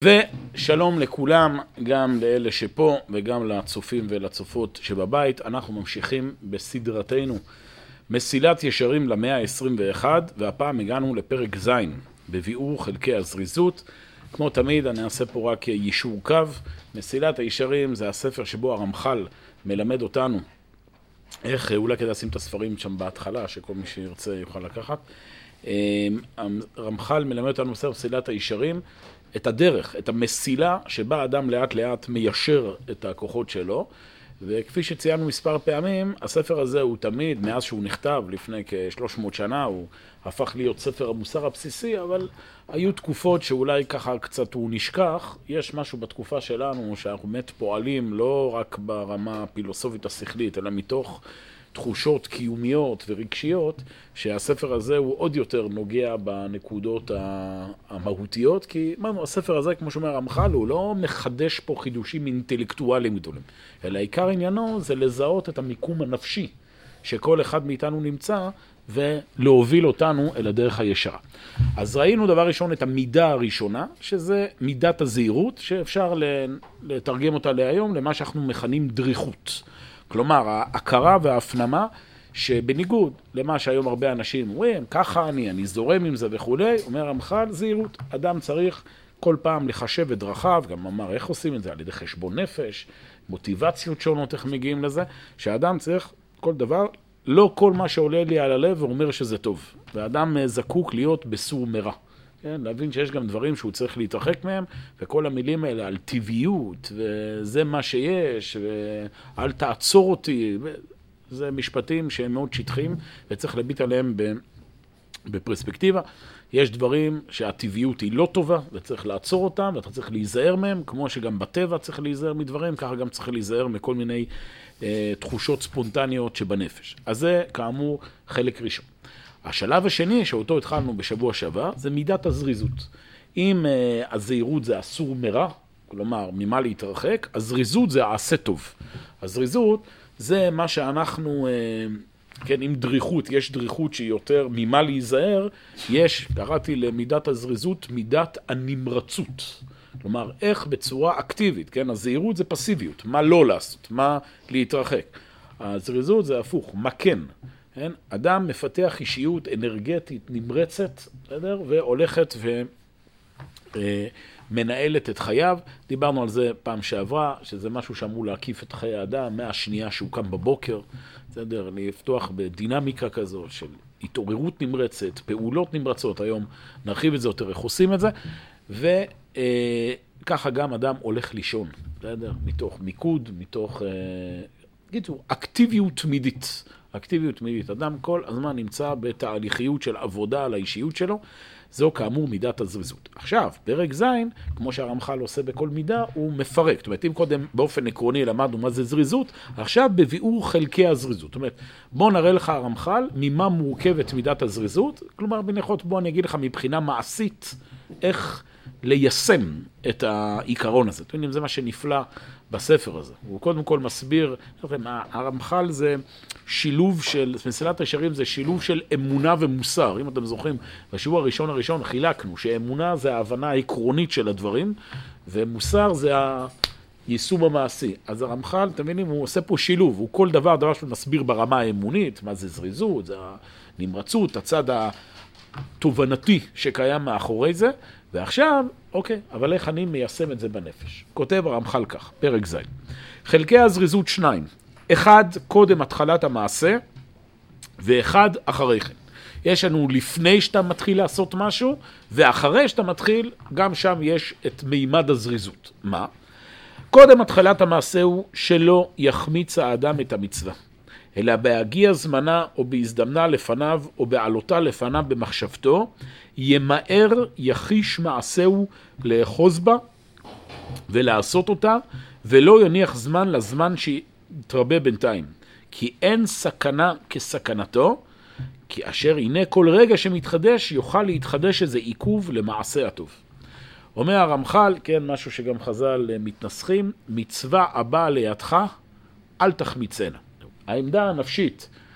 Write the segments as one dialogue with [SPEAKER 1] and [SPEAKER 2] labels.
[SPEAKER 1] ושלום לכולם, גם לאלה שפה וגם לצופים ולצופות שבבית. אנחנו ממשיכים בסדרתנו מסילת ישרים למאה ה-21, והפעם הגענו לפרק ז' בביאור חלקי הזריזות. כמו תמיד אני אעשה פה רק יישור קו. מסילת הישרים זה הספר שבו הרמח"ל מלמד אותנו איך, אולי כדאי לשים את הספרים שם בהתחלה שכל מי שירצה יוכל לקחת. הרמח"ל מלמד אותנו בספר מסילת הישרים את הדרך, את המסילה שבה אדם לאט לאט מיישר את הכוחות שלו. וכפי שציינו מספר פעמים, הספר הזה הוא תמיד, מאז שהוא נכתב לפני כ-300 שנה, הוא הפך להיות ספר המוסר הבסיסי, אבל היו תקופות שאולי ככה קצת הוא נשכח. יש משהו בתקופה שלנו שאנחנו באמת פועלים לא רק ברמה הפילוסופית השכלית, אלא מתוך תחושות קיומיות ורגשיות, שהספר הזה הוא עוד יותר נוגע בנקודות המהותיות, כי הספר הזה, כמו שאומר הרמח"ל, הוא לא מחדש פה חידושים אינטלקטואליים גדולים, אלא עיקר עניינו זה לזהות את המיקום הנפשי שכל אחד מאיתנו נמצא, ולהוביל אותנו אל הדרך הישרה. אז ראינו דבר ראשון את המידה הראשונה, שזה מידת הזהירות, שאפשר לתרגם אותה להיום למה שאנחנו מכנים דריכות. כלומר, ההכרה וההפנמה שבניגוד למה שהיום הרבה אנשים אומרים, ככה אני זורם עם זה וכו', אומר הרמח"ל, זהירות. אדם צריך כל פעם לחשב את דרכיו, גם אמר איך עושים את זה, על ידי חשבון נפש, מוטיבציות שונות, איך מגיעים לזה, שהאדם צריך כל דבר, לא כל מה שעולה לי על הלב ואומר שזה טוב. והאדם זקוק להיות בסור מרע. כן, להבין שיש גם דברים שהוא צריך להתרחק מהם, וכל המילים האלה על טבעיות, וזה מה שיש, ואל תעצור אותי, זה משפטים שהם מאוד שטחיים, וצריך להביט עליהם בפרספקטיבה. יש דברים שהטבעיות היא לא טובה, וצריך לעצור אותם, ואתה צריך להיזהר מהם, כמו שגם בטבע צריך להיזהר מדברים, ככה גם צריך להיזהר מכל מיני תחושות ספונטניות שבנפש. אז זה כאמור חלק ראשון. השלב השני שאותו התחלנו בשבוע שעבר זה מידת הזריזות. אם הזהירות זה אסור מרע, כלומר ממה להתרחק, הזריזות זה העשה טוב. הזריזות זה מה שאנחנו, כן, עם דריכות, יש דריכות שהיא יותר ממה להיזהר, יש, קראתי למידת הזריזות, מידת הנמרצות. כלומר, איך בצורה אקטיבית, כן? הזהירות זה פסיביות, מה לא לעשות, מה להתרחק. הזריזות זה הפוך, מה כן. כן? אדם מפתח אישיות אנרגטית נמרצת, בסדר? והולכת ומנהלת את חייו. דיברנו על זה פעם שעברה, שזה משהו שאמור להקיף את חיי האדם מהשנייה שהוא קם בבוקר, בסדר? לפתוח בדינמיקה כזו של התעוררות נמרצת, פעולות נמרצות. היום נרחיב את זה יותר, איך עושים את זה. וככה גם אדם הולך לישון, בסדר? מתוך מיקוד, מתוך אקטיביות תמידית. אקטיביות תמידית. אדם כל הזמן נמצא בתהליכיות של עבודה על האישיות שלו. זו כאמור מידת הזריזות. עכשיו, פרק ז', כמו שהרמח"ל עושה בכל מידה, הוא מפרק. זאת אומרת, אם קודם באופן עקרוני למדנו מה זה זריזות, עכשיו בביאור חלקי הזריזות. זאת אומרת, בוא נראה לך הרמח"ל ממה מורכבת מידת הזריזות. כלומר, בנחות בוא אני אגיד לך מבחינה מעשית איך ליישם את העיקרון הזה. אתם יודעים, זה מה שנפלא בספר הזה. הוא קודם כל מסביר, הרמח"ל זה שילוב של, מסילת הישרים זה שילוב של אמונה ומוסר. אם אתם זוכרים, בשבוע הראשון חילקנו שאמונה זה ההבנה העקרונית של הדברים, ומוסר זה היישום המעשי. אז הרמח"ל, אתם מבינים, הוא עושה פה שילוב. הוא כל דבר שהוא מסביר ברמה האמונית, מה זה זריזות, זה הנמרצות, הצד התובנתי שקיים מאחורי זה, ועכשיו, אוקיי, אבל איך אני מיישם את זה בנפש? כותב הרמח"ל כך, פרק ז'. חלקי הזריזות 2. אחד קודם התחלת המעשה, ואחד אחרי כן. יש לנו לפני שאתה מתחיל לעשות משהו, ואחרי שאתה מתחיל, גם שם יש את מימד הזריזות. מה? קודם התחלת המעשה הוא שלא יחמיץ האדם את המצווה, אלא בהגיע זמנה או בהזדמנה לפניו או בעלותה לפניו במחשבתו, ימהר יחיש מעשהו לאחוז בה ולעשות אותה, ולא יניח זמן לזמן שיתרבה בינתיים. כי אין סכנה כסכנתו, כי אשר הנה כל רגע שמתחדש יוכל להתחדש איזה עיכוב למעשה הטוב. אומר הרמח"ל, כן, משהו שגם חז"ל מתנסחים, מצווה הבאה לידך, אל תחמיצנה. העמדה הנפשית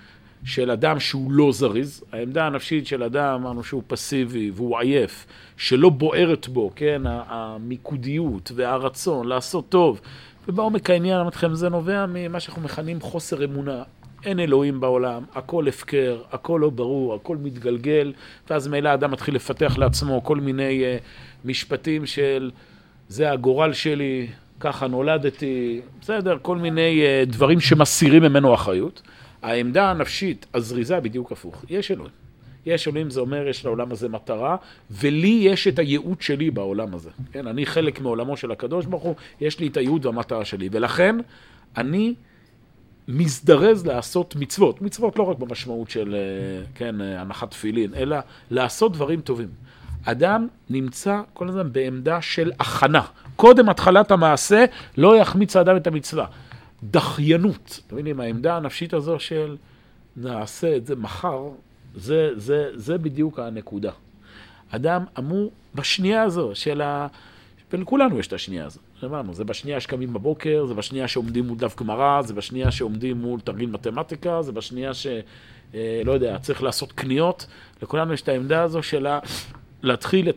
[SPEAKER 1] של אדם שהוא לא זריז, העמדה הנפשית של אדם, אמרנו שהוא פסיבי והוא עייף, שלא בוערת בו, כן, המיקודיות והרצון לעשות טוב, ובעומק העניין, אמרתכם, זה נובע ממה שאנחנו מכנים חוסר אמונה. אין אלוהים בעולם, הכל הפקר, הכל לא ברור, הכל מתגלגל, ואז מילא האדם מתחיל לפתח לעצמו כל מיני משפטים של זה הגורל שלי, ככה נולדתי, בסדר, כל מיני דברים שמסירים ממנו אחריות. העמדה הנפשית, הזריזה, בדיוק הפוך. יש אלוהים. יש אלוהים, זה אומר, יש לעולם הזה מטרה, ולי יש את הייעוד שלי בעולם הזה. כן, אני חלק מעולמו של הקדוש ברוך הוא, יש לי את הייעוד והמטרה שלי, ולכן אני מזדרז לעשות מצוות. מצוות לא רק במשמעות של, כן, הנחת תפילין, אלא לעשות דברים טובים. אדם נמצא כל הזמן בעמדה של הכנה. קודם התחלת המעשה, לא יחמיץ האדם את המצווה. דחיינות. אתם מבינים, העמדה הנפשית הזו של נעשה את זה מחר, זה בדיוק הנקודה. אדם אמור בשנייה הזו של ולכולנו יש את השנייה הזו. אמרנו, זה בשנייה שקמים בבוקר, זה בשנייה שעומדים מול דף גמרא, זה בשנייה שעומדים מול תרגיל מתמטיקה, זה בשנייה לא יודע, צריך לעשות קניות. לכולנו יש את העמדה הזו של להתחיל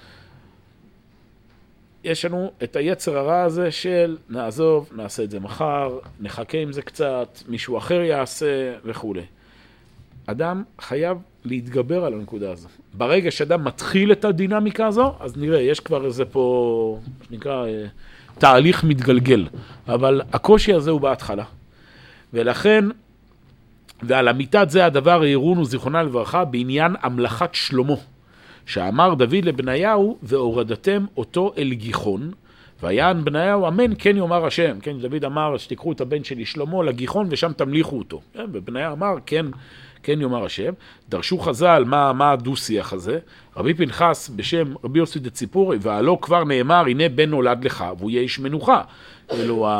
[SPEAKER 1] יש לנו את היצר הרע הזה של נעזוב, נעשה את זה מחר, נחכה עם זה קצת, מישהו אחר יעשה וכו'. אדם חייב להתגבר על הנקודה הזו. ברגע שאדם מתחיל את הדינמיקה הזו, אז נראה, יש כבר איזה פה, שנקרא, תהליך מתגלגל. אבל הקושי הזה הוא בהתחלה. ולכן, ועל אמיתת זה הדבר העירונו זיכרונה לברכה בעניין המלאכת שלמה. שאמר דוד לבניהו, והורדתם אותו אל גיחון, ויען בניהו, אמן, כן יאמר השם. כן, דוד אמר, שתיקחו את הבן שלי שלמה לגיחון, ושם תמליכו אותו. ובניהו אמר, כן יאמר השם. דרשו חז"ל, מה הדו-שיח הזה? רבי פנחס בשם רבי יוסי דציפורי, ועלו כבר נאמר, הנה בן נולד לך, והוא יהיה איש מנוחה. אלו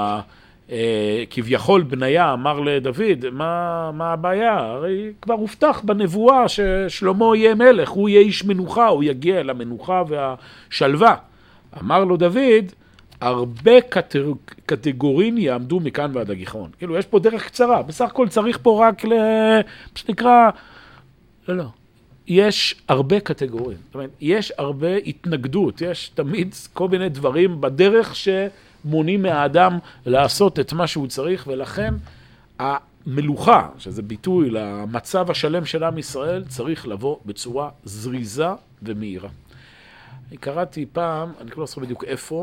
[SPEAKER 1] כביכול בניה אמר לדוד, מה הבעיה? הרי כבר הובטח בנבואה ששלמה יהיה מלך, הוא יהיה איש מנוחה, הוא יגיע למנוחה והשלווה. אמר לו דוד, הרבה קטגורין יעמדו מכאן ועד הגיחון. כאילו, יש פה דרך קצרה, בסך הכל צריך פה רק שנקרא, לא. יש הרבה קטגורין, זאת אומרת, יש הרבה התנגדות, יש תמיד כל מיני דברים בדרך מונים מהאדם לעשות את מה שהוא צריך, ולכן המלוכה, שזה ביטוי למצב השלם של עם ישראל, צריך לבוא בצורה זריזה ומהירה. אני קראתי פעם, אני לא זוכר בדיוק איפה,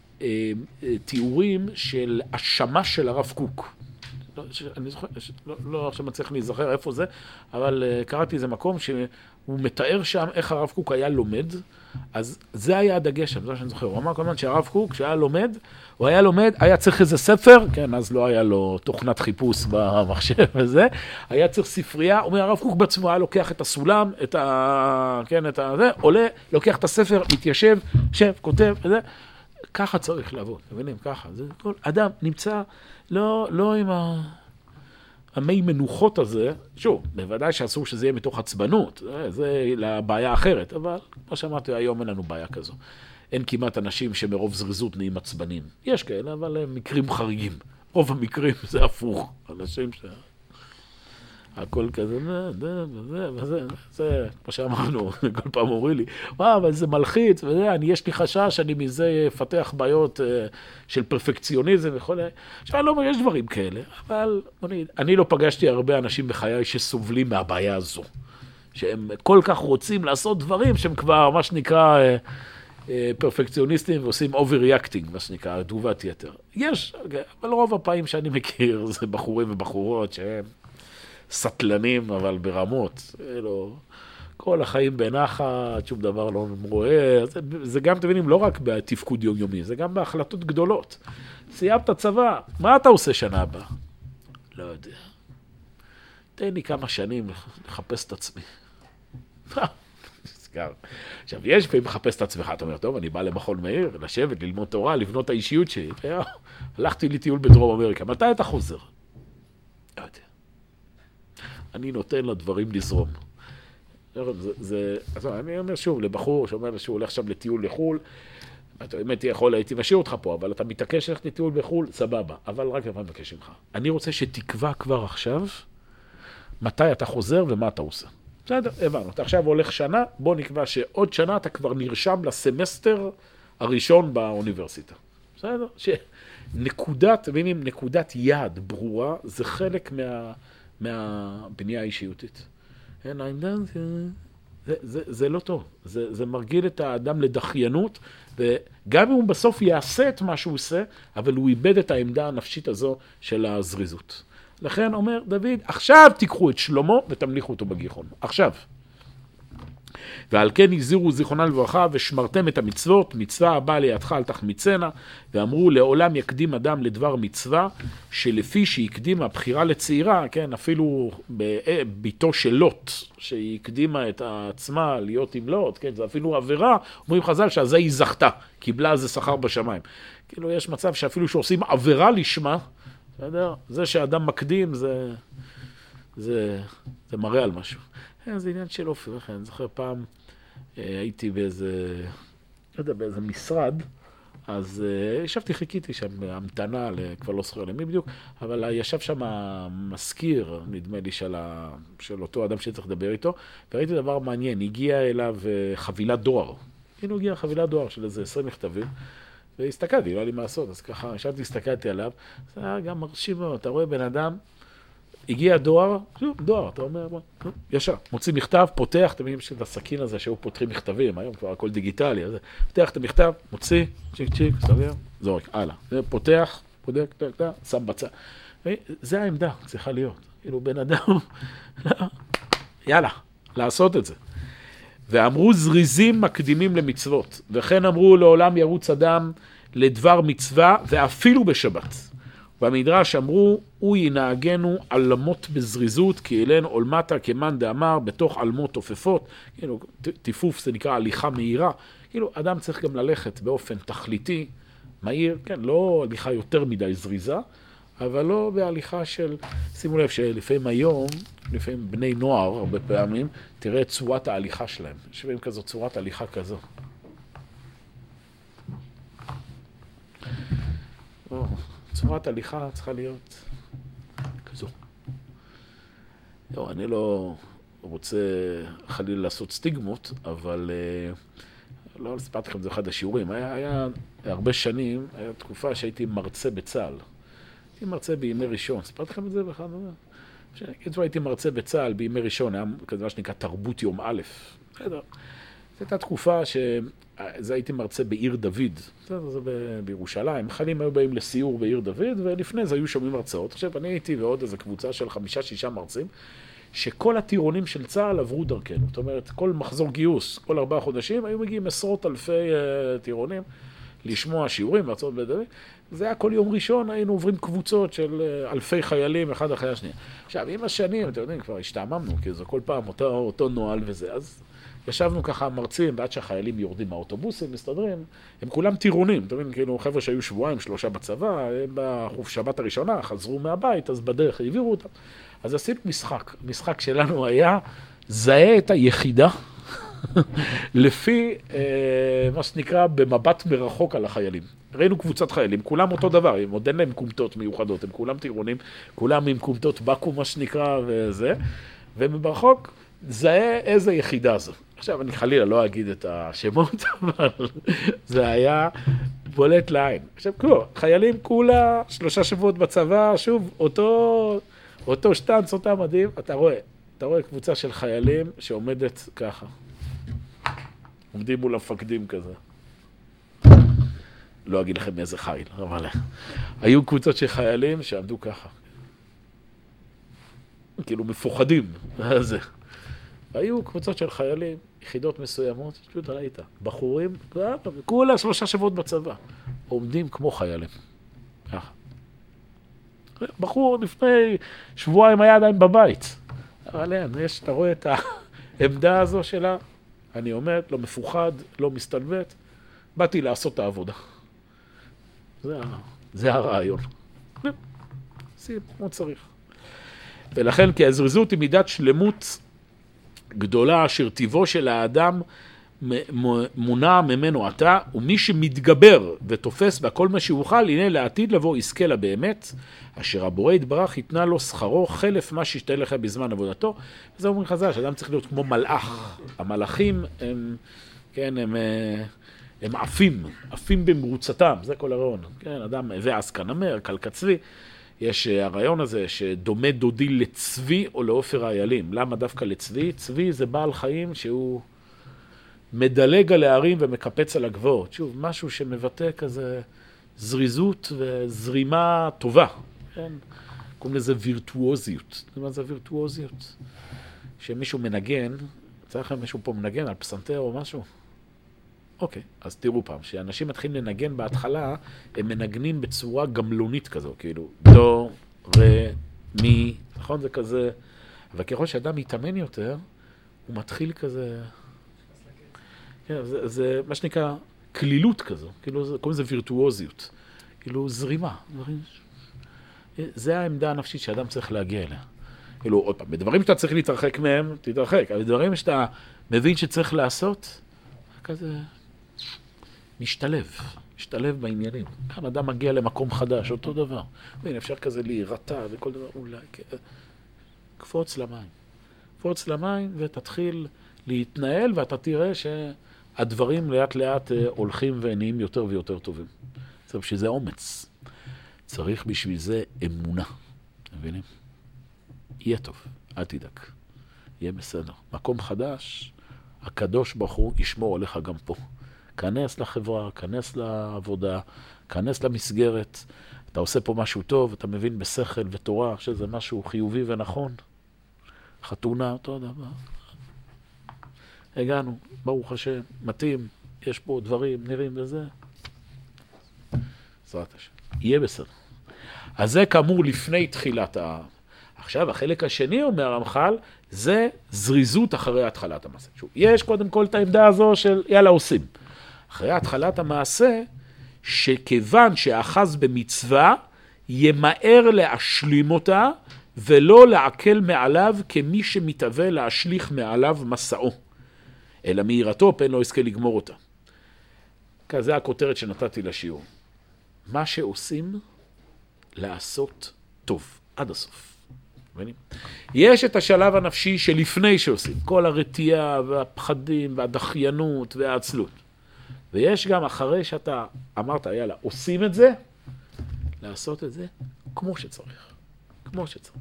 [SPEAKER 1] תיאורים של השמש של הרב קוק. אני זוכר, לא עכשיו מצליח להיזכר איפה זה, אבל קראתי איזה מקום שהוא מתאר שם איך הרב קוק היה לומד, אז זה היה הדגש שם, זה מה שאני זוכר. הוא אמר כל הזמן שהרב קוק, כשהיה לומד, הוא היה לומד, היה צריך איזה ספר, כן, אז לא היה לו תוכנת חיפוש במחשב וזה, היה צריך ספרייה, הוא אומר, הרב קוק בעצמו היה לוקח את הסולם, זה, עולה, לוקח את הספר, מתיישב, שב, כותב, וזה, ככה צריך לעבוד, מבינים, ככה, זה כל אדם נמצא, לא עם המי מנוחות הזה, שוב, בוודאי שאסור שזה יהיה מתוך עצבנות, זה לבעיה אחרת, אבל כמו שאמרתי, היום אין לנו בעיה כזו. אין כמעט אנשים שמרוב זריזות נהיים עצבנים. יש כאלה, אבל הם מקרים חריגים. רוב המקרים זה הפוך. אנשים הכל כזה, זה, כמו שאמרנו, כל פעם אומרים לי, אבל זה מלחיץ, יש לי חשש, אני מזה אפתח בעיות של פרפקציוניזם וכל. עכשיו, אני לא אומר, יש דברים כאלה, אבל אני לא פגשתי הרבה אנשים בחיי שסובלים מהבעיה הזו, שהם כל כך רוצים לעשות דברים שהם כבר, מה שנקרא, פרפקציוניסטים ועושים overreacting, מה שנקרא, תגובת יתר. יש, אבל רוב הפעמים שאני מכיר זה בחורים ובחורות שהם סטלנים, אבל ברמות. כל החיים בנחת, שום דבר לא רואה. זה גם, אתם מבינים, לא רק בתפקוד יומיומי, זה גם בהחלטות גדולות. סיימת צבא, מה אתה עושה שנה הבאה? לא יודע. תן לי כמה שנים לחפש את עצמי. עכשיו, יש פעמים לחפש את עצמך, אתה אומר, טוב, אני בא למכון מאיר, לשבת, ללמוד תורה, לבנות את האישיות שלי. הלכתי לטיול בדרום אמריקה. מתי אתה חוזר? לא יודע. אני נותן לדברים לזרום. אני אומר שוב, לבחור שאומר שהוא הולך שם לטיול לחול, אתה באמת יכול, הייתי משאיר אותך פה, אבל אתה מתעקש ללכת לטיול בחול, סבבה. אבל רק אני מבקש ממך. אני רוצה שתקבע כבר עכשיו מתי אתה חוזר ומה אתה עושה. בסדר, הבנו. אתה עכשיו הולך שנה, בוא נקבע שעוד שנה אתה כבר נרשם לסמסטר הראשון באוניברסיטה. בסדר? נקודת יעד ברורה, זה חלק מהבנייה האישיותית. זה לא טוב. זה מרגיל את האדם לדחיינות, וגם אם הוא בסוף יעשה את מה שהוא עושה, אבל הוא איבד את העמדה הנפשית הזו של הזריזות. לכן אומר דוד, עכשיו תיקחו את שלמה ותמליכו אותו בגיחון. עכשיו. ועל כן הזהירו זיכרונה לברכה ושמרתם את המצוות, מצווה הבאה לידך אל תחמיצנה, ואמרו לעולם יקדים אדם לדבר מצווה, שלפי שהקדימה הבחירה לצעירה, כן, אפילו ביתו של לוט, שהיא הקדימה את עצמה להיות עם לוט, כן, זה אפילו עבירה, אומרים חז"ל שעזה היא זכתה, קיבלה זה שכר בשמיים. כאילו יש מצב שאפילו שעושים עבירה לשמה, בסדר? זה שאדם מקדים זה מראה על משהו. זה עניין של אופי, אני זוכר פעם הייתי באיזה משרד, אז ישבתי, חיכיתי שם בהמתנה, כבר לא זוכר למי בדיוק, אבל ישב שם מזכיר, נדמה לי, של אותו אדם שצריך לדבר איתו, וראיתי דבר מעניין, הגיע אליו חבילת דואר. הנה הגיעה חבילת דואר של איזה 20 מכתבים, והסתכלתי, לא היה לי מה לעשות, אז ככה, ישבתי, הסתכלתי עליו, זה היה גם מרשים מאוד, אתה רואה בן אדם, הגיע דואר, אתה אומר, ישר, מוציא מכתב, פותח, אתם יודעים את הסכין הזה שהיו פותחים מכתבים, היום כבר הכל דיגיטלי, אז פותח את המכתב, מוציא, צ'יק צ'יק, סביר, זורק, הלאה. פותח, בודק, שם בצד. זה העמדה, צריכה להיות. כאילו בן אדם, יאללה, לעשות את זה. ואמרו זריזים מקדימים למצוות, וכן אמרו לעולם ירוץ אדם לדבר מצווה, ואפילו בשבת. במדרש אמרו, הוא ינהגנו עלמות בזריזות, כי אלינו עולמתה כמן דאמר, בתוך עלמות תופפות, כאילו, טיפוף זה נקרא הליכה מהירה, כאילו, אדם צריך גם ללכת באופן תכליתי, מהיר, כן, לא הליכה יותר מדי זריזה, אבל לא בהליכה של, שימו לב שלפעמים היום, לפעמים בני נוער, הרבה פעמים, תראה את צורת ההליכה שלהם, שווים כזו צורת הליכה כזו. צורת הליכה צריכה להיות כזו. לא, אני לא רוצה חלילה לעשות סטיגמות, אבל לא סיפרתי לכם, זה אחד השיעורים. היה הרבה שנים, היה תקופה שהייתי מרצה בצה"ל. הייתי מרצה בימי ראשון. סיפרתי לכם את זה בכלל? כשהייתי הייתי מרצה בצה"ל בימי ראשון, היה כזה מה שנקרא תרבות יום א'. זו הייתה תקופה זה הייתי מרצה בעיר דוד, זה בירושלים, חיילים היו באים לסיור בעיר דוד, ולפני זה היו שומעים הרצאות. עכשיו אני הייתי ועוד איזו קבוצה של 5-6 מרצים, שכל הטירונים של צה"ל עברו דרכנו. זאת אומרת, כל מחזור גיוס, כל 4 חודשים, היו מגיעים עשרות אלפי טירונים לשמוע שיעורים והרצאות בדוד. זה היה כל יום ראשון, היינו עוברים קבוצות של אלפי חיילים, אחד אחרי השנייה. עכשיו, עם השנים, אתם יודעים, כבר השתעממנו, כי זה כל פעם אותו נועל וזה, אז ישבנו ככה מרצים, ועד שהחיילים יורדים מהאוטובוסים, מסתדרים, הם כולם טירונים, אתם יודעים, כאילו חבר'ה שהיו 2-3 בצבא, הם בחופשת הראשונה, חזרו מהבית, אז בדרך העבירו אותם. אז עשינו משחק שלנו היה, זהה את היחידה, לפי מה שנקרא במבט מרחוק על החיילים. ראינו קבוצת חיילים, כולם אותו דבר, הם עוד אין להם קומטות מיוחדות, הם כולם טירונים, כולם עם קומטות בקו מה שנקרא וזה, ומברחוק זהה איזה יחידה זו. עכשיו אני חלילה לא אגיד את השמות, אבל זה היה בולט לעין. עכשיו חיילים כולה 3 שבועות בצבא, שוב אותו שטנץ, אותה מדהים, אתה רואה קבוצה של חיילים שעומדת ככה. עומדים מול המפקדים כזה. לא אגיד לכם איזה חיל, אבל היו קבוצות של חיילים שעמדו ככה. כאילו מפוחדים. היו קבוצות של חיילים, יחידות מסוימות, פשוט ראית, בחורים, כולה 3 שבועות בצבא, עומדים כמו חיילים. ככה. בחור לפני שבועיים היה עדיין בבית. אבל אין, אתה רואה את העמדה הזו שלה, אני אומר, לא מפוחד, לא מסתלבט, באתי לעשות את העבודה. זה הרעיון. שים, כמו צריך. ולכן, כי הזריזות היא מידת שלמות גדולה, אשר טיבו של האדם מונע ממנו אתה, ומי שמתגבר ותופס בכל מה שיוכל, הנה לעתיד לבוא יזכה לה באמת, אשר הבורא יתברך יתנה לו שכרו חלף מה שישתהה לך בזמן עבודתו. וזה אומרים חז"ל, שאדם צריך להיות כמו מלאך. המלאכים הם, כן, הם עפים במרוצתם, זה כל הרעיון. כן, אדם ועס כנמר, קלקצבי. יש הרעיון הזה שדומה דודי לצבי או לעופר האיילים. למה דווקא לצבי? צבי זה בעל חיים שהוא מדלג על הערים ומקפץ על הגבעות. שוב, משהו שמבטא כזה זריזות וזרימה טובה. כן? קוראים לזה וירטואוזיות. מה זה וירטואוזיות? שמישהו מנגן, צריך מישהו פה מנגן על פסנתר או משהו? אוקיי, אז תראו פעם, שאנשים מתחילים לנגן בהתחלה, הם מנגנים בצורה גמלונית כזו, כאילו, דו, רה, מי, נכון? זה כזה, אבל ככל שאדם מתאמן יותר, הוא מתחיל כזה, כן, זה מה שנקרא כלילות כזו, כאילו, קוראים לזה וירטואוזיות, כאילו, זרימה, דברים, זה העמדה הנפשית שאדם צריך להגיע אליה. כאילו, עוד פעם, בדברים שאתה צריך להתרחק מהם, תתרחק, אבל בדברים שאתה מבין שצריך לעשות, כזה משתלב בעניינים. כאן אדם מגיע למקום חדש, אותו דבר. והנה, אפשר כזה להירתע וכל דבר, אולי, קפוץ למים ותתחיל להתנהל, ואתה תראה שהדברים לאט לאט הולכים ונהיים יותר ויותר טובים. זה בשביל זה אומץ. צריך בשביל זה אמונה. מבינים? יהיה טוב, אל תדאג. יהיה בסדר. מקום חדש, הקדוש ברוך הוא ישמור עליך גם פה. כנס לחברה, כנס לעבודה, כנס למסגרת. אתה עושה פה משהו טוב, אתה מבין בשכל ותורה שזה משהו חיובי ונכון. חתונה, אותו דבר. הגענו, ברוך השם, מתאים, יש פה דברים, נראים בזה. בעזרת השם. יהיה בסדר. אז זה כאמור לפני תחילת עכשיו, החלק השני, אומר הרמח"ל, זה זריזות אחרי התחלת המעשה. שוב, יש קודם כל את העמדה הזו של יאללה עושים. אחרי התחלת המעשה, שכיוון שאחז במצווה, ימהר להשלים אותה, ולא לעכל מעליו כמי שמתהווה להשליך מעליו מסעו. אלא מהירתו פן לא יזכה לגמור אותה. כזה הכותרת שנתתי לשיעור. מה שעושים, לעשות טוב, עד הסוף. יש את השלב הנפשי שלפני שעושים, כל הרתיעה והפחדים והדחיינות והעצלות. ויש גם אחרי שאתה אמרת, יאללה, עושים את זה, לעשות את זה כמו שצריך. כמו שצריך.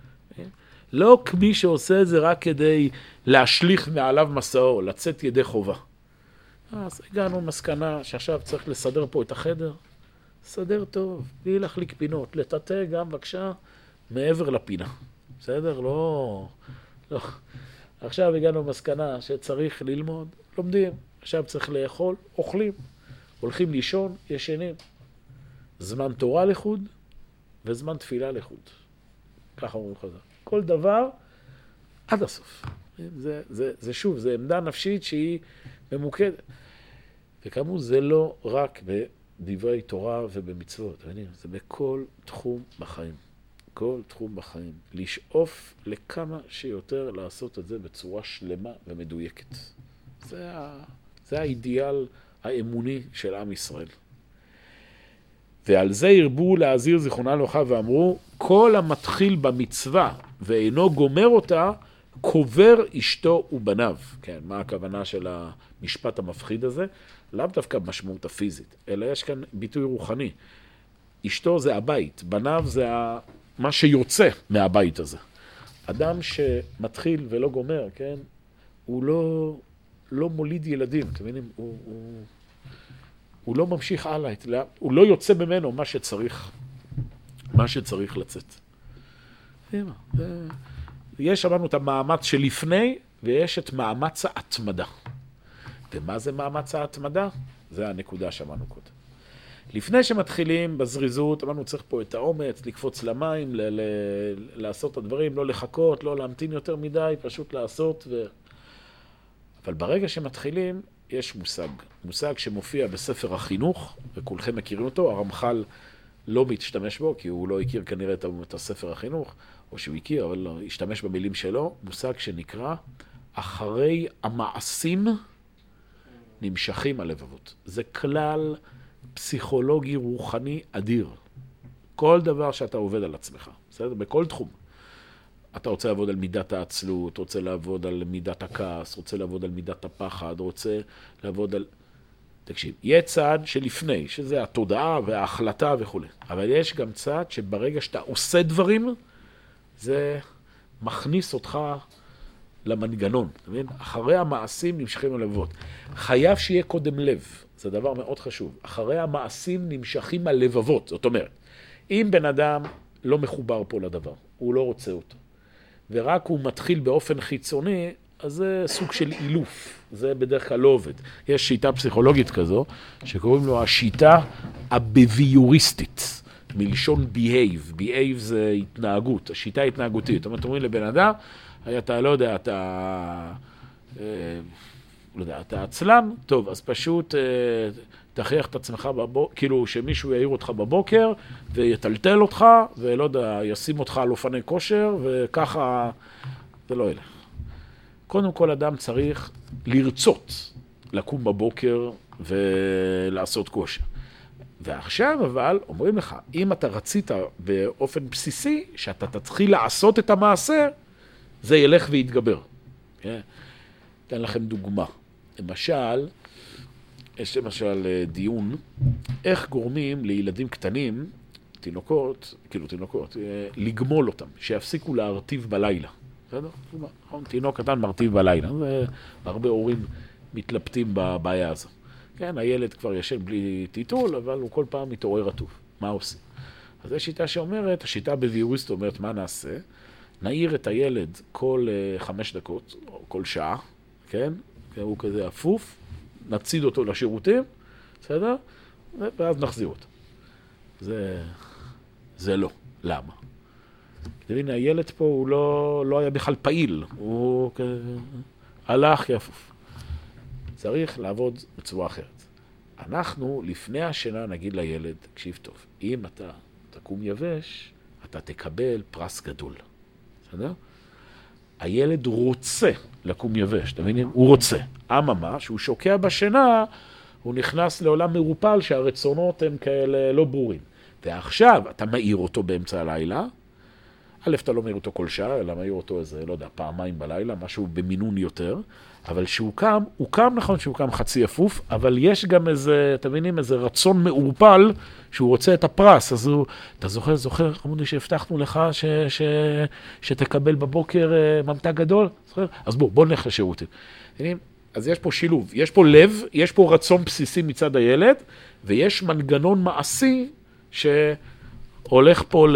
[SPEAKER 1] לא כמי שעושה את זה רק כדי להשליך מעליו מסעו, לצאת ידי חובה. אז הגענו מסקנה שעכשיו צריך לסדר פה את החדר. סדר טוב, בלי להחליק פינות, לטאטא גם בבקשה מעבר לפינה. בסדר? לא. עכשיו הגענו מסקנה שצריך ללמוד, לומדים. עכשיו צריך לאכול, אוכלים. הולכים לישון, ישנים. זמן תורה לחוד וזמן תפילה לחוד. ככה אומרים חז"ל. כל דבר עד הסוף. זה שוב, זה עמדה נפשית שהיא ממוקדת. וכאמור, זה לא רק בדברי תורה ובמצוות. זה בכל תחום בחיים. כל תחום בחיים. לשאוף לכמה שיותר לעשות את זה בצורה שלמה ומדויקת. זה האידיאל האמוני של עם ישראל. ועל זה הרבו להזהיר זיכרונה לברכה ואמרו, כל המתחיל במצווה ואינו גומר אותה, קובר אשתו ובניו. כן, מה הכוונה של המשפט המפחיד הזה? לאו דווקא במשמעות הפיזית, אלא יש כאן ביטוי רוחני. אשתו זה הבית, בניו זה מה שיוצא מהבית הזה. אדם שמתחיל ולא גומר, כן, הוא לא מוליד ילדים, אתם מבינים? הוא לא ממשיך הלאה, הוא לא יוצא ממנו מה שצריך לצאת. יש אמרנו את המאמץ שלפני, ויש את מאמץ ההתמדה. ומה זה מאמץ ההתמדה? זה הנקודה שאמרנו קודם. לפני שמתחילים בזריזות, אמרנו צריך פה את האומץ, לקפוץ למים, לעשות את הדברים, לא לחכות, לא להמתין יותר מדי, פשוט לעשות. אבל ברגע שמתחילים, יש מושג שמופיע בספר החינוך, וכולכם מכירים אותו, הרמח"ל לא מתשתמש בו, כי הוא לא הכיר כנראה את הספר החינוך, או שהוא הכיר, אבל לא, השתמש במילים שלו, מושג שנקרא, אחרי המעשים נמשכים הלבבות. זה כלל פסיכולוגי רוחני אדיר. כל דבר שאתה עובד על עצמך, בסדר? בכל תחום. אתה רוצה לעבוד על מידת העצלות, רוצה לעבוד על מידת הכעס, רוצה לעבוד על מידת הפחד, רוצה לעבוד על... תקשיב, יהיה צעד שלפני, שזה התודעה וההחלטה וכו'. אבל יש גם צעד שברגע שאתה עושה דברים, זה מכניס אותך למנגנון. אתה מבין? אחרי המעשים נמשכים הלבבות. חייב שיהיה קודם לב. זה דבר מאוד חשוב. אחרי המעשים נמשכים הלבבות. זאת אומרת, אם בן אדם לא מחובר פה לדבר, הוא לא רוצה אותו, ורק הוא מתחיל באופן חיצוני, אז זה סוג של אילוף. זה בדרך כלל לא עובד. יש שיטה פסיכולוגית כזו, שקוראים לו השיטה הבביוריסטית, מלשון behave. behave זה התנהגות, השיטה ההתנהגותית. זאת אומרת, אומרים לבן אדם, אתה לא יודע, אתה עצלן, טוב, אז פשוט תכריח את עצמך כאילו שמישהו יעיר אותך בבוקר, ויטלטל אותך, ולא יודע, ישים אותך על אופני כושר, וככה זה לא ילך. קודם כל אדם צריך לרצות לקום בבוקר ולעשות כושר. ועכשיו אבל אומרים לך, אם אתה רצית באופן בסיסי, שאתה תתחיל לעשות את המעשה, זה ילך ויתגבר. אתן לכם דוגמה. למשל, יש למשל דיון, איך גורמים לילדים קטנים, תינוקות, לגמול אותם, שיפסיקו להרטיב בלילה. בסדר? תינוק קטן מרטיב בלילה, והרבה הורים מתלבטים בבעיה הזו. כן, הילד כבר ישן בלי טיטול, אבל הוא כל פעם מתעורר רטוב. מה עושים? אז זו שיטה שאומרת, השיטה בביוריסט אומרת, מה נעשה? נעיר את הילד כל 5 דקות, או כל שעה, כן? הוא כזה אפוף, נציד אותו לשירותים, בסדר? ואז נחזיר אותו. זה לא. למה? הנה, הילד פה הוא לא היה בכלל פעיל, הוא הלך כיפוף. צריך לעבוד בצורה אחרת. אנחנו לפני השינה נגיד לילד, תקשיב טוב, אם אתה תקום יבש, אתה תקבל פרס גדול. בסדר? הילד רוצה לקום יבש, אתה מבינים? הוא רוצה. אממה, שהוא שוקע בשינה, הוא נכנס לעולם מרופל שהרצונות הם כאלה לא ברורים. ועכשיו אתה מעיר אותו באמצע הלילה, א', אתה לא מעיר אותו כל שעה, אלא מעיר אותו איזה, לא יודע, פעמיים בלילה, משהו במינון יותר, אבל שהוא קם, הוא קם נכון שהוא קם חצי אפוף, אבל יש גם איזה, אתם מבינים, איזה רצון מעורפל, שהוא רוצה את הפרס, אז הוא, אתה זוכר, חמודי, שהבטחנו לך שתקבל בבוקר ממתק גדול? זוכר? אז בוא נלך לשירותים. אז יש פה שילוב, יש פה לב, יש פה רצון בסיסי מצד הילד, ויש מנגנון מעשי שהולך פה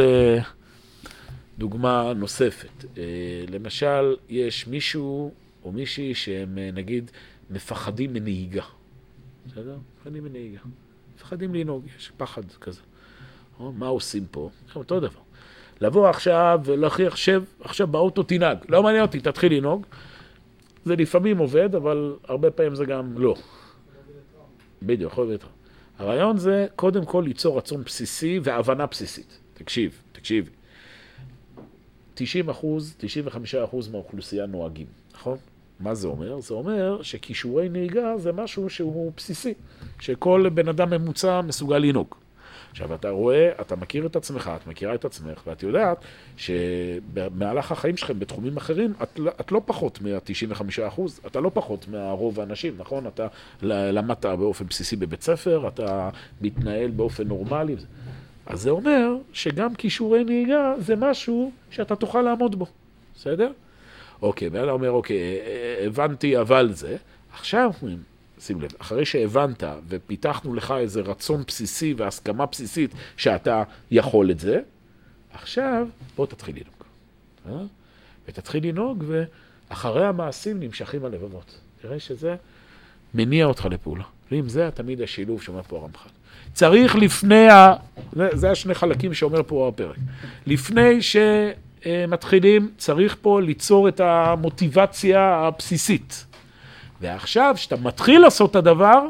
[SPEAKER 1] דוגמה נוספת. למשל, יש מישהו או מישהי שהם, נגיד, מפחדים מנהיגה. בסדר? מפחדים מנהיגה. מפחדים לנהוג, יש פחד כזה. מה עושים פה? אותו דבר. לבוא עכשיו ולהכריח, שב, עכשיו באוטו תנהג. לא מעניין אותי, תתחיל לנהוג. זה לפעמים עובד, אבל הרבה פעמים זה גם לא. בדיוק, יכול להיות. הרעיון זה, קודם כל, ליצור רצון בסיסי והבנה בסיסית. תקשיב. 90%, 95% מהאוכלוסייה נוהגים, נכון? מה זה אומר? זה אומר שכישורי נהיגה זה משהו שהוא בסיסי, שכל בן אדם ממוצע מסוגל לנהוג. עכשיו אתה רואה, אתה מכיר את עצמך, את מכירה את עצמך, ואת יודעת שבמהלך החיים שלכם בתחומים אחרים, את לא פחות מה-95%, אתה לא פחות מהרוב האנשים, נכון? אתה למדת באופן בסיסי בבית ספר, אתה מתנהל באופן נורמלי. אז זה אומר שגם כישורי נהיגה זה משהו שאתה תוכל לעמוד בו. בסדר? אוקיי, ואתה אומר, אוקיי, הבנתי אבל זה. עכשיו, שים לב, אחרי שהבנת ופיתחנו לך איזה רצון בסיסי והסכמה בסיסית שאתה יכול את זה, עכשיו בוא תתחיל לנהוג. ותתחיל לנהוג ואחרי המעשים נמשכים הלבבות. תראה שזה מניע אותך לפעולה. ואם זה תמיד השילוב שאומר פה הרמח"ל. צריך לפני, זה השני חלקים שאומר פה הפרק. לפני שמתחילים, צריך פה ליצור את המוטיבציה הבסיסית. ועכשיו, שאתה מתחיל לעשות את הדבר,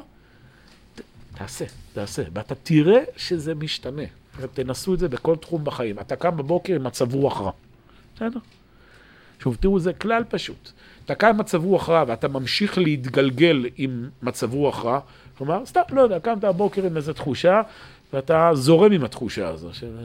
[SPEAKER 1] תעשה. ואתה תראה שזה משתנה. תנסו את זה בכל תחום בחיים. אתה קם בבוקר עם מצב רוח רע. בסדר? שוב, תראו, זה כלל פשוט. אתה קם מצב רוח רע, ואתה ממשיך להתגלגל עם מצב רוח רע, כלומר, סתם, לא יודע, קמת הבוקר עם איזו תחושה, ואתה זורם עם התחושה הזו,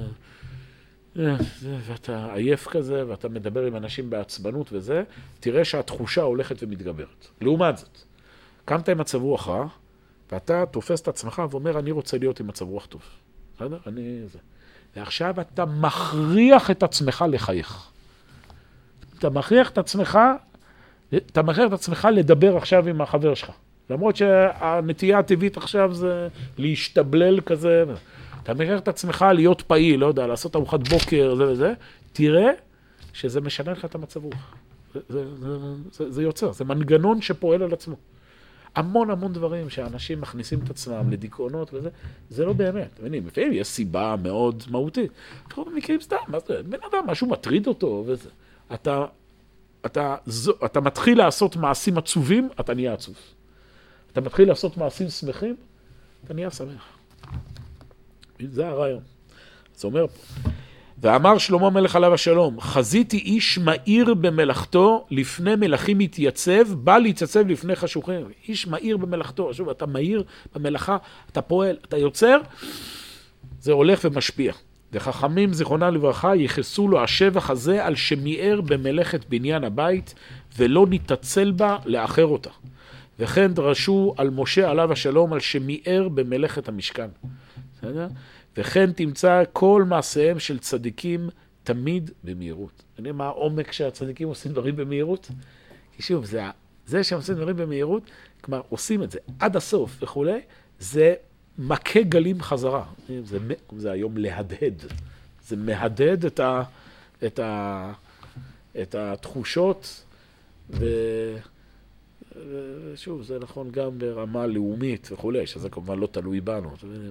[SPEAKER 1] ואתה עייף כזה, ואתה מדבר עם אנשים בעצבנות וזה, תראה שהתחושה הולכת ומתגברת. לעומת זאת, קמת עם מצב רוח רע, ואתה תופס את עצמך ואומר, אני רוצה להיות עם מצב רוח טוב. בסדר? ועכשיו אתה מכריח את עצמך לחייך. אתה מכריח את עצמך לדבר עכשיו עם החבר שלך. למרות שהנטייה הטבעית עכשיו זה להשתבלל כזה. אתה מכריח את עצמך להיות פעיל, לא יודע, לעשות ארוחת בוקר, זה וזה. תראה שזה משנה לך את המצב רוח. זה יוצר, זה מנגנון שפועל על עצמו. המון דברים שאנשים מכניסים את עצמם לדיכאונות וזה, זה לא באמת. לפעמים יש סיבה מאוד מהותית. לפעמים במקרים סתם, בן אדם, משהו מטריד אותו וזה. אתה מתחיל לעשות מעשים עצובים, אתה נהיה עצוב. אתה מתחיל לעשות מעשים שמחים, אתה נהיה שמח. זה הרעיון. זה אומר פה. ואמר שלמה מלך עליו השלום, חזיתי איש מהיר במלאכתו, לפני מלכים מתייצב, בא להתייצב לפני חשוכים. איש מהיר במלאכתו, שוב, אתה מהיר במלאכה, אתה פועל, אתה יוצר, זה הולך ומשפיע. וחכמים זיכרונם לברכה ייחסו לו השבח הזה על שמיער במלאכת בניין הבית, ולא ניתצל בה לאחר אותה. וכן דרשו על משה עליו השלום על שמיער במלאכת המשכן. בסדר? וכן תמצא כל מעשיהם של צדיקים תמיד במהירות. אני יודע מה העומק שהצדיקים עושים דברים במהירות? כי שוב, זה שהם עושים דברים במהירות, כלומר, עושים את זה עד הסוף וכולי, זה מכה גלים חזרה. זה היום להדהד. זה מהדהד את התחושות, ושוב, זה נכון גם ברמה לאומית וכולי, שזה כמובן לא תלוי בנו.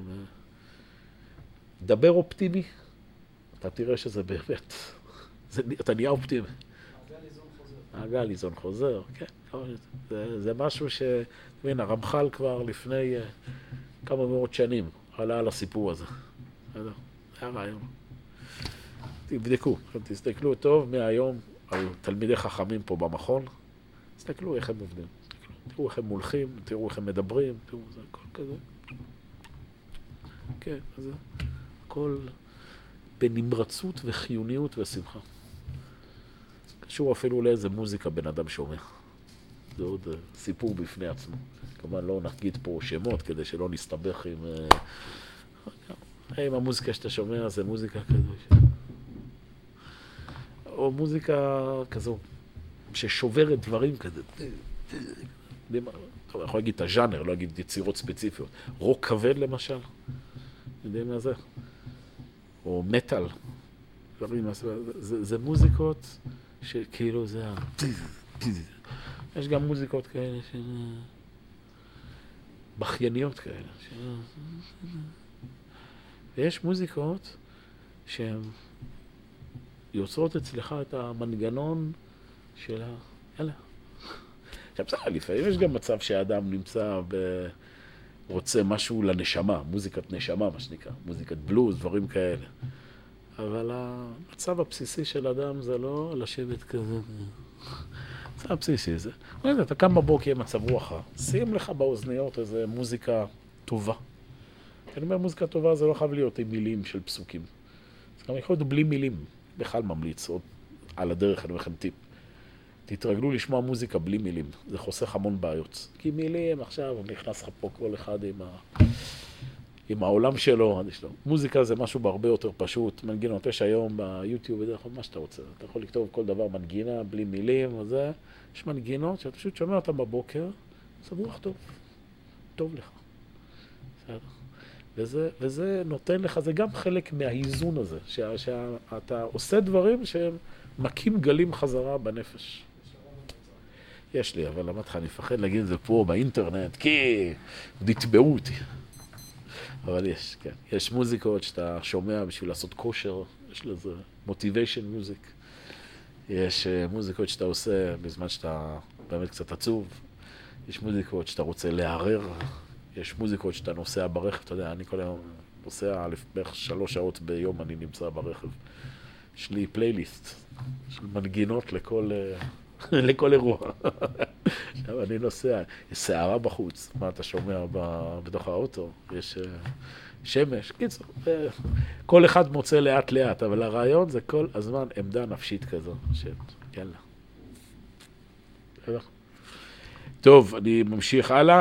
[SPEAKER 1] דבר אופטימי, אתה תראה שזה באמת, אתה נהיה אופטימי. מעגל איזון חוזר, כן. זה משהו הרמח"ל כבר לפני כמה מאות שנים עלה על הסיפור הזה. זה הרעיון. תבדקו, תסתכלו טוב מהיום על תלמידי חכמים פה במכון, תסתכלו איך הם עובדים, תראו איך הם מולכים, תראו איך הם מדברים, תראו, זה הכל כזה. כן, אז הכל בנמרצות וחיוניות ושמחה. קשור אפילו לאיזה מוזיקה בן אדם שומע. זה עוד סיפור בפני עצמו. כמובן לא נגיד פה שמות כדי שלא נסתבך עם המוזיקה שאתה שומע, זה מוזיקה כזו. או מוזיקה כזו ששוברת דברים כזה. אני יכול להגיד את הז'אנר, לא להגיד יצירות ספציפיות. רוק כבד למשל. יודעים מה זה? או מטל. זה מוזיקות שכאילו זה... יש גם מוזיקות כאלה בכייניות כאלה. ויש מוזיקות שהן יוצרות אצלך את המנגנון של יאללה. עכשיו בסדר, לפעמים יש גם מצב שהאדם נמצא רוצה משהו לנשמה, מוזיקת נשמה, מה שנקרא, מוזיקת בלוז, דברים כאלה. אבל המצב הבסיסי של אדם זה לא לשבת כזה. המצב הבסיסי זה. אתה קם בבוקר עם מצב רוח, שים לך באוזניות איזו מוזיקה טובה. אני אומר, מוזיקה טובה זה לא חייב להיות עם מילים של פסוקים. זה גם יכול להיות בלי מילים. בכלל ממליץ, עוד על הדרך, אני אומר לכם טיפ. תתרגלו לשמוע מוזיקה בלי מילים, זה חוסך המון בעיות. כי מילים, עכשיו נכנס לך פה כל אחד עם העולם שלו. מוזיקה זה משהו בהרבה יותר פשוט. מנגינות, יש היום ביוטיוב, מה שאתה רוצה. אתה יכול לכתוב כל דבר מנגינה, בלי מילים וזה. יש מנגינות שאתה פשוט שומע אותן בבוקר, זה רוח טוב. טוב לך. וזה נותן לך, זה גם חלק מהאיזון הזה, שאתה עושה דברים שהם מקים גלים חזרה בנפש. יש לי, אבל אמרתי לך, אני מפחד להגיד את זה פה באינטרנט, כי תתבעו אותי. אבל יש, כן. יש מוזיקות שאתה שומע בשביל לעשות כושר, יש לזה motivation music. יש מוזיקות שאתה עושה בזמן שאתה באמת קצת עצוב. יש מוזיקות שאתה רוצה לערער. יש מוזיקות שאתה נוסע ברכב, אתה יודע, אני כל היום נוסע בערך 3 שעות ביום אני נמצא ברכב. יש לי פלייליסט של מנגינות לכל אירוע. עכשיו אני נוסע, יש שערה בחוץ, מה אתה שומע בתוך האוטו, יש שמש, קיצור, כל אחד מוצא לאט לאט, אבל הרעיון זה כל הזמן עמדה נפשית כזו, יאללה. טוב, אני ממשיך הלאה.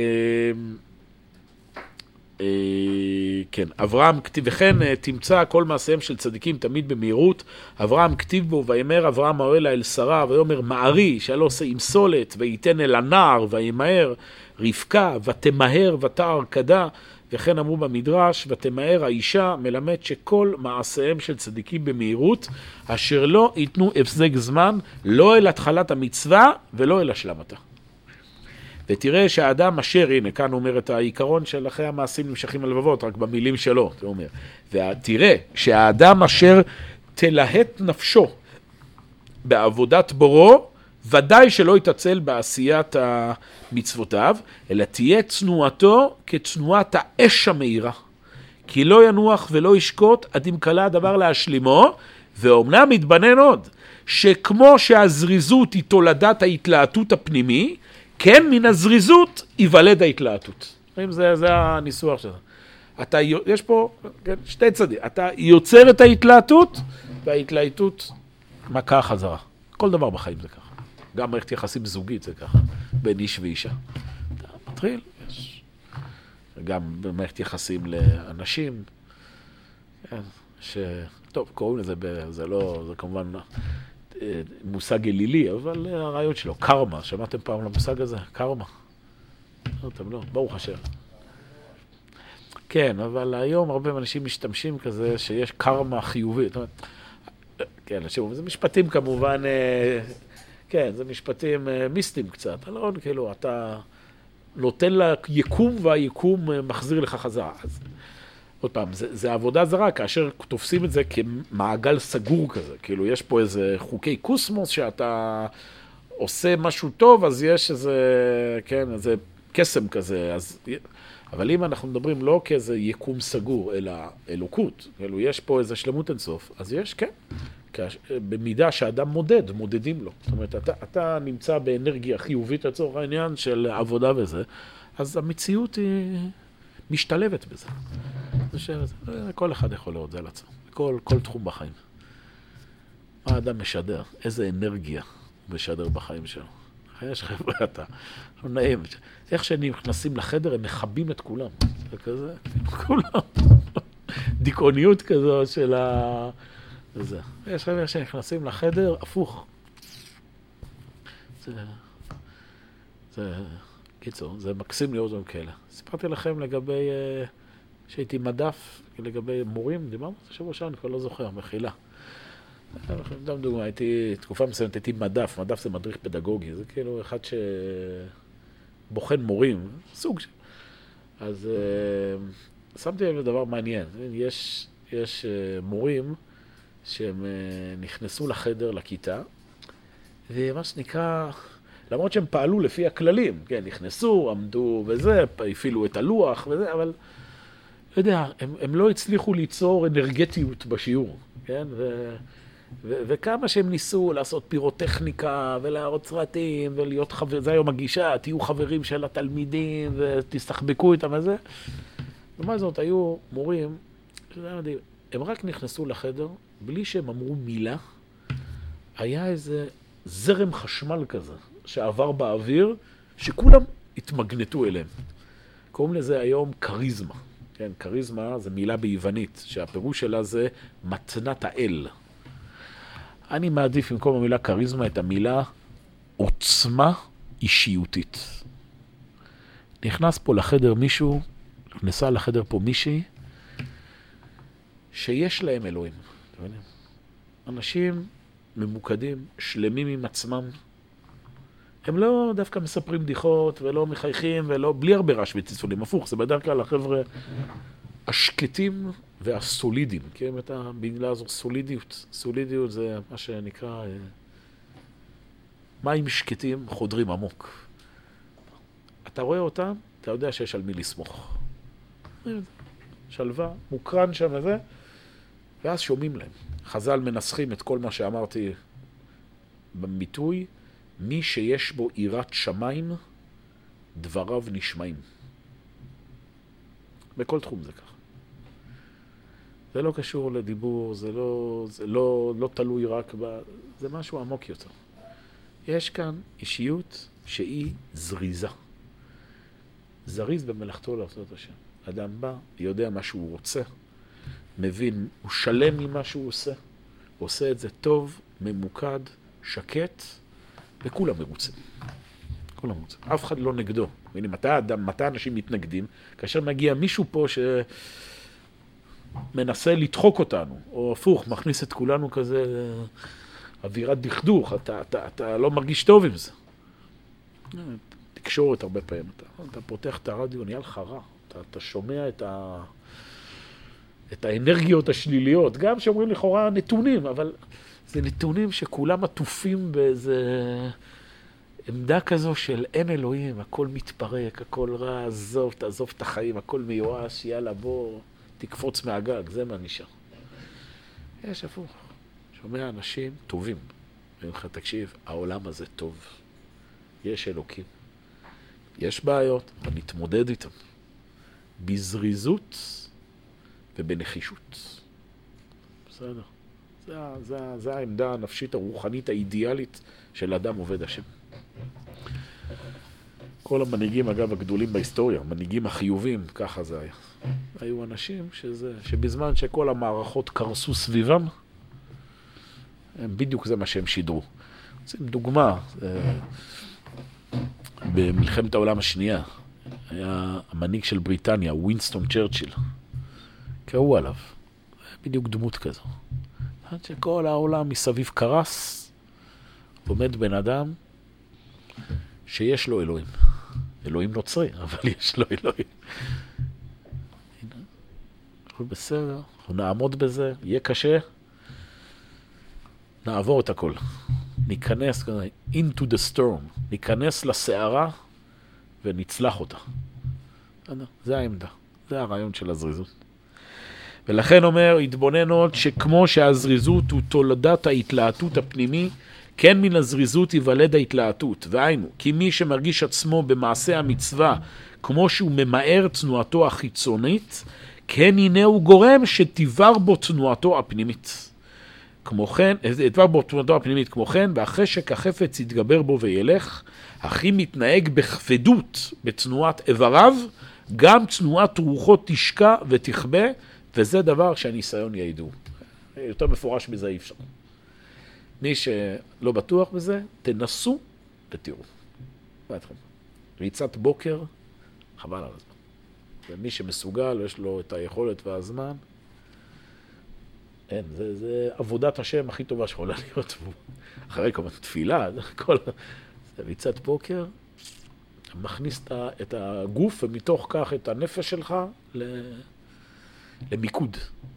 [SPEAKER 1] כן, אברהם כתיב, וכן תמצא כל מעשיהם של צדיקים תמיד במהירות. אברהם כתיב בו, ויאמר אברהם האוהל אל שרה, ויאמר מערי, שלא עושה עם סולת, וייתן אל הנער, וימהר רבקה, ותמהר ותער כדה, וכן אמרו במדרש, ותמהר האישה, מלמד שכל מעשיהם של צדיקים במהירות, אשר לא ייתנו הפסק זמן, לא אל התחלת המצווה, ולא אל השלמתה. ותראה שהאדם אשר, הנה כאן אומר את העיקרון של אחרי המעשים נמשכים הלבבות, רק במילים שלו, זה אומר. ותראה שהאדם אשר תלהט נפשו בעבודת בורו, ודאי שלא יתעצל בעשיית מצוותיו, אלא תהיה צנועתו כצנועת האש המהירה. כי לא ינוח ולא ישקוט עד אם קלה הדבר להשלימו, ואומנם מתבנן עוד, שכמו שהזריזות היא תולדת ההתלהטות הפנימי, כן, מן הזריזות ייוולד ההתלהטות. זה הניסוח שלנו. יש פה שתי צדים. אתה יוצר את ההתלהטות, וההתלהטות מכה חזרה. כל דבר בחיים זה ככה. גם מערכת יחסים זוגית זה ככה, בין איש ואישה. אתה מתחיל, גם במערכת יחסים לאנשים, טוב, קוראים לזה, זה לא, זה כמובן מושג אלילי, אבל הרעיון שלו, קרמה, שמעתם פעם למושג הזה? קרמה. אתם לא, ברוך השם. כן, אבל היום הרבה אנשים משתמשים כזה שיש קרמה חיובית. כן, זה משפטים כמובן, כן, זה משפטים מיסטיים קצת, לא, כאילו, אתה נותן לה יקום והיקום מחזיר לך חזרה. אז עוד פעם, זה עבודה זרה, כאשר תופסים את זה כמעגל סגור כזה, כאילו יש פה איזה חוקי קוסמוס שאתה עושה משהו טוב, אז יש איזה, כן, איזה קסם כזה, אז, אבל אם אנחנו מדברים לא כאיזה יקום סגור, אלא אלוקות, כאילו יש פה איזה שלמות אינסוף, אז יש, כן, במידה שהאדם מודדים לו, זאת אומרת, אתה נמצא באנרגיה חיובית לצורך העניין של עבודה וזה, אז המציאות היא משתלבת בזה. כל אחד יכול להודע על עצמו, כל תחום בחיים. מה האדם משדר? איזה אנרגיה הוא משדר בחיים שלו? יש חבר'ה, אתה לא נעים. איך שנכנסים לחדר, הם מחבים את כולם. זה כזה, כולם. דיכאוניות כזו של ה... זה. יש חבר'ה שנכנסים לחדר, הפוך. קיצור, זה מקסים לראות אותם כאלה. סיפרתי לכם לגבי... שהייתי מדף לגבי מורים, דיברנו את השבוע שאני כבר לא זוכר, מחילה. גם דוגמה, תקופה מסוימת הייתי מדף זה מדריך פדגוגי, זה כאילו אחד שבוחן מורים, סוג של... אז שמתי לב לדבר מעניין, יש מורים שהם נכנסו לחדר, לכיתה, ומה שנקרא... למרות שהם פעלו לפי הכללים, כן, נכנסו, עמדו וזה, הפעילו את הלוח וזה, אבל... לא יודע, הם לא הצליחו ליצור אנרגטיות בשיעור, כן? וכמה שהם ניסו לעשות פירוטכניקה ולהראות סרטים ולהיות חבר, זה היום הגישה, תהיו חברים של התלמידים ותסתחבקו איתם וזה. ומה זאת, היו מורים, הם רק נכנסו לחדר, בלי שהם אמרו מילה, היה איזה זרם חשמל כזה שעבר באוויר, שכולם התמגנטו אליהם. קוראים לזה היום קריזמה. כן, קריזמה זה מילה ביוונית, שהפירוש שלה זה מתנת האל. אני מעדיף במקום המילה קריזמה את המילה עוצמה אישיותית. נכנס פה לחדר מישהו, נכנסה לחדר פה מישהי, שיש להם אלוהים. אנשים ממוקדים, שלמים עם עצמם. הם לא דווקא מספרים בדיחות ולא מחייכים ולא, בלי הרבה רעש וצלצולים. הפוך, זה בדרך כלל החבר'ה השקטים והסולידים. מכירים את המילה הזו? סולידיות. סולידיות זה מה שנקרא מים שקטים חודרים עמוק. אתה רואה אותם, אתה יודע שיש על מי לסמוך. שלווה, מוקרן שם וזה, ואז שומעים להם. חז"ל מנסחים את כל מה שאמרתי בביטוי, מי שיש בו יראת שמיים, דבריו נשמעים. בכל תחום זה ככה. זה לא קשור לדיבור, זה לא תלוי רק זה משהו עמוק יותר. יש כאן אישיות שהיא זריזה. זריז במלאכתו לעשות השם. אדם בא, יודע מה שהוא רוצה, מבין, הוא שלם ממה שהוא עושה את זה טוב, ממוקד, שקט, וכולם מרוצים. כולם מרוצים. אף אחד לא נגדו. מתי אנשים מתנגדים? כאשר מגיע מישהו פה שמנסה לדחוק אותנו, או הפוך, מכניס את כולנו כזה אווירת דכדוך, אתה לא מרגיש טוב עם זה. תקשורת הרבה פעמים. אתה פותח את הרדיו, נהיה לך רע. אתה שומע את האנרגיות השליליות, גם שאומרים לכאורה נתונים, אבל זה נתונים שכולם עטופים באיזה עמדה כזו של אין אלוהים, הכל מתפרק, הכל רע, תעזוב את החיים, הכל מיואש, יאללה בוא, תקפוץ מהגג, זה מה נשאר. יש הפוך, שומע אנשים טובים, ואומרים לך, תקשיב, העולם הזה טוב, יש אלוקים, יש בעיות, אבל נתמודד איתם, בזריזות ובנחישות. בסדר. זה העמדה הנפשית הרוחנית האידיאלית של אדם עובד השם. כל המנהיגים, אגב, הגדולים בהיסטוריה, המנהיגים החיובים, ככה זה היה. היו אנשים שבזמן שכל המערכות קרסו סביבם, בדיוק זה מה שהם שידרו. זו דוגמה, במלחמת העולם השנייה, היה המנהיג של בריטניה, ווינסטון צ'רצ'יל. קראו עליו. בדיוק דמות כזו. עד שכל העולם מסביב קרס, עומד בן אדם שיש לו אלוהים. אלוהים נוצרי, אבל יש לו אלוהים. הנה, בסדר, אנחנו נעמוד בזה, יהיה קשה, נעבור את הכל. ניכנס into the storm, ניכנס לסערה ונצלח אותה. זה העמדה, זה הרעיון של הזריזות. ולכן אומר, התבונן עוד שכמו שהזריזות הוא תולדת ההתלהטות הפנימי, כן מן הזריזות יוולד ההתלהטות. והיינו, כי מי שמרגיש עצמו במעשה המצווה, כמו שהוא ממהר תנועתו החיצונית, כן הנה הוא גורם שתיבר בו תנועתו הפנימית. כמו כן, תיבר בו תנועתו הפנימית כמו כן, ואחרי שכחפץ יתגבר בו וילך, הכי מתנהג בכבדות בתנועת איבריו, גם תנועת רוחו תשקע ותכבה, וזה דבר שהניסיון יעידו. יותר מפורש בזה אי אפשר. מי שלא בטוח בזה, תנסו ותראו. ריצת בוקר, חבל על הזמן. ומי שמסוגל, יש לו את היכולת והזמן, אין, זה עבודת השם הכי טובה שיכולה להיות. אחרי כמובן תפילה, זה ריצת בוקר, מכניס את הגוף ומתוך כך את הנפש שלך למיקוד.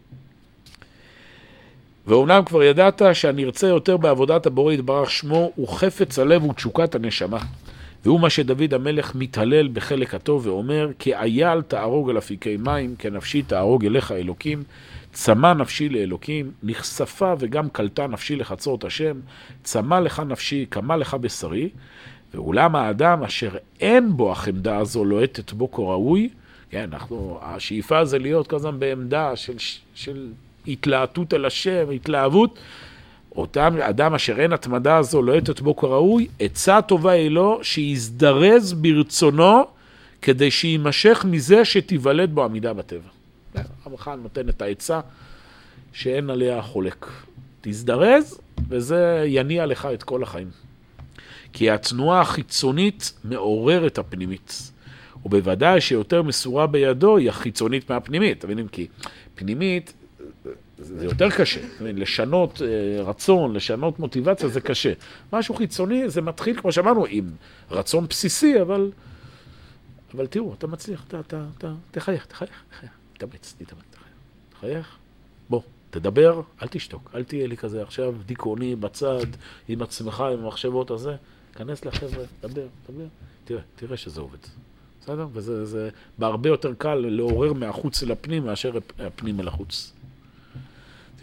[SPEAKER 1] ואומנם כבר ידעת שהנרצה יותר בעבודת הבורא יתברך שמו הוא חפץ הלב ותשוקת הנשמה. והוא מה שדוד המלך מתהלל בחלק הטוב ואומר, כי אייל תערוג על אפיקי מים, כנפשי תערוג אליך אלוקים, צמא נפשי לאלוקים, נחשפה וגם קלטה נפשי לחצות השם, צמא לך נפשי, קמה לך בשרי, ואולם האדם אשר אין בו החמדה הזו לוהטת בו כראוי, כן, השאיפה זה להיות כזן בעמדה של התלהטות על השם, התלהבות, אותם אדם אשר אין התמדה הזו לוהטת בו כראוי, עצה טובה היא לו שיזדרז ברצונו כדי שימשך מזה שתיוולד בו עמידה בטבע. המח"ל נותן את העצה שאין עליה חולק. תזדרז וזה יניע לך את כל החיים. כי התנועה החיצונית מעוררת הפנימית. ובוודאי שיותר מסורה בידו היא החיצונית מהפנימית. אתם מבינים? כי פנימית זה יותר קשה. לשנות רצון, לשנות מוטיבציה זה קשה. משהו חיצוני זה מתחיל, כמו שאמרנו, עם רצון בסיסי, אבל תראו, אתה מצליח, תחייך, תתאמץ, תחייך. בוא, תדבר, אל תשתוק, אל תהיה לי כזה עכשיו דיכאוני בצד, עם עצמך, עם המחשבות הזה. כנס לחבר'ה, דבר. תראה שזה עובד. בסדר? וזה בהרבה יותר קל לעורר מהחוץ אל הפנים מאשר הפנים אל החוץ.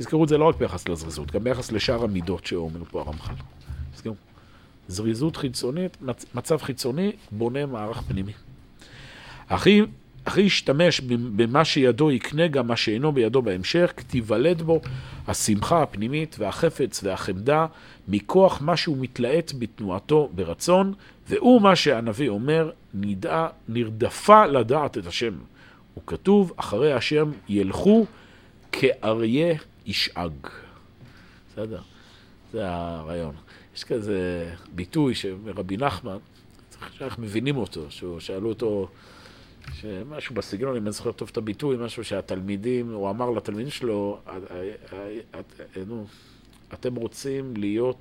[SPEAKER 1] תזכרו את זה לא רק ביחס לזריזות, גם ביחס לשאר המידות שאומר פה הרמח"ל. תזכרו. זריזות חיצונית, מצב חיצוני, בונה מערך פנימי. אחי ישתמש במה שידו יקנה גם מה שאינו בידו בהמשך, תיוולד בו השמחה הפנימית והחפץ והחמדה מכוח מה שהוא מתלהט בתנועתו ברצון, והוא מה שהנביא אומר, נרדפה לדעת את השם. הוא כתוב, אחרי השם ילכו כאריה ישאג. בסדר? זה הרעיון. יש כזה ביטוי שרבי נחמן, שאנחנו מבינים אותו, שאלו אותו, שמשהו בסגנון, אם אני זוכר טוב את הביטוי, משהו שהתלמידים, הוא אמר לתלמידים שלו, אתם רוצים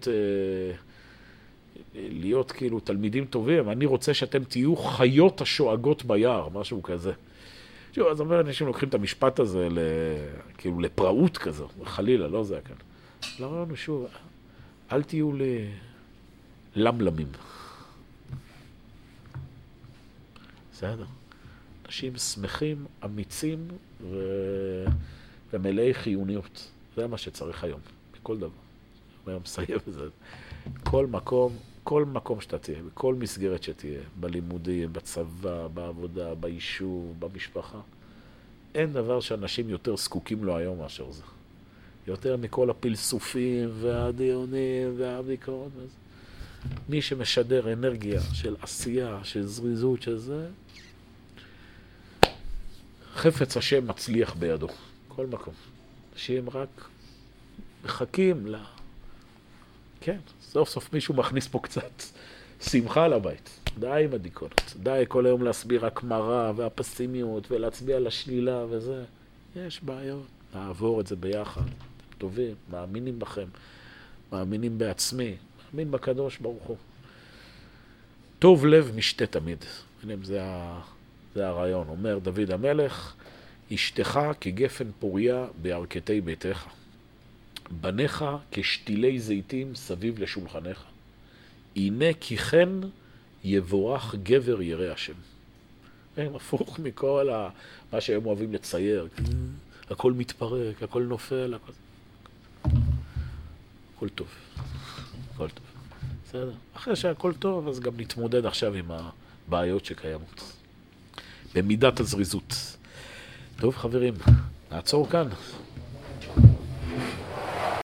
[SPEAKER 1] להיות כאילו תלמידים טובים, אני רוצה שאתם תהיו חיות השואגות ביער, משהו כזה. שוב, אז אומר, אנשים לוקחים את המשפט הזה כאילו לפראות כזו, חלילה, לא זה כאן. לא אמרנו שוב, אל תהיו למלמים. בסדר. אנשים שמחים, אמיצים ומלאי חיוניות. זה מה שצריך היום, בכל דבר. אני מסיים בזה. כל מקום שאתה תהיה, בכל מסגרת שתהיה, בלימודים, בצבא, בעבודה, ביישוב, במשפחה, אין דבר שאנשים יותר זקוקים לו היום מאשר זה. יותר מכל הפלסופים והדיונים והביקורות. מי שמשדר אנרגיה של עשייה, של זריזות, של זה, חפץ השם מצליח בידו. כל מקום. אנשים רק מחכים כן, סוף סוף מישהו מכניס פה קצת שמחה לבית. די עם הדיכאונות. די כל היום להסביר הקמרה והפסימיות ולהצביע על השלילה וזה. יש בעיות. נעבור את זה ביחד. אתם טובים, מאמינים בכם, מאמינים בעצמי, מאמין בקדוש ברוך הוא. טוב לב משתה תמיד. זה הרעיון. אומר דוד המלך, אשתך כגפן פוריה בירכתי ביתך. בניך כשתילי זיתים סביב לשולחנך. הנה כי כן יבורך גבר ירא השם. הם הפוך מכל מה שהם אוהבים לצייר. הכל מתפרק, הכל נופל, הכל טוב. הכל טוב. בסדר. אחרי שהכל טוב, אז גם נתמודד עכשיו עם הבעיות שקיימות. במידת הזריזות. טוב חברים, נעצור כאן.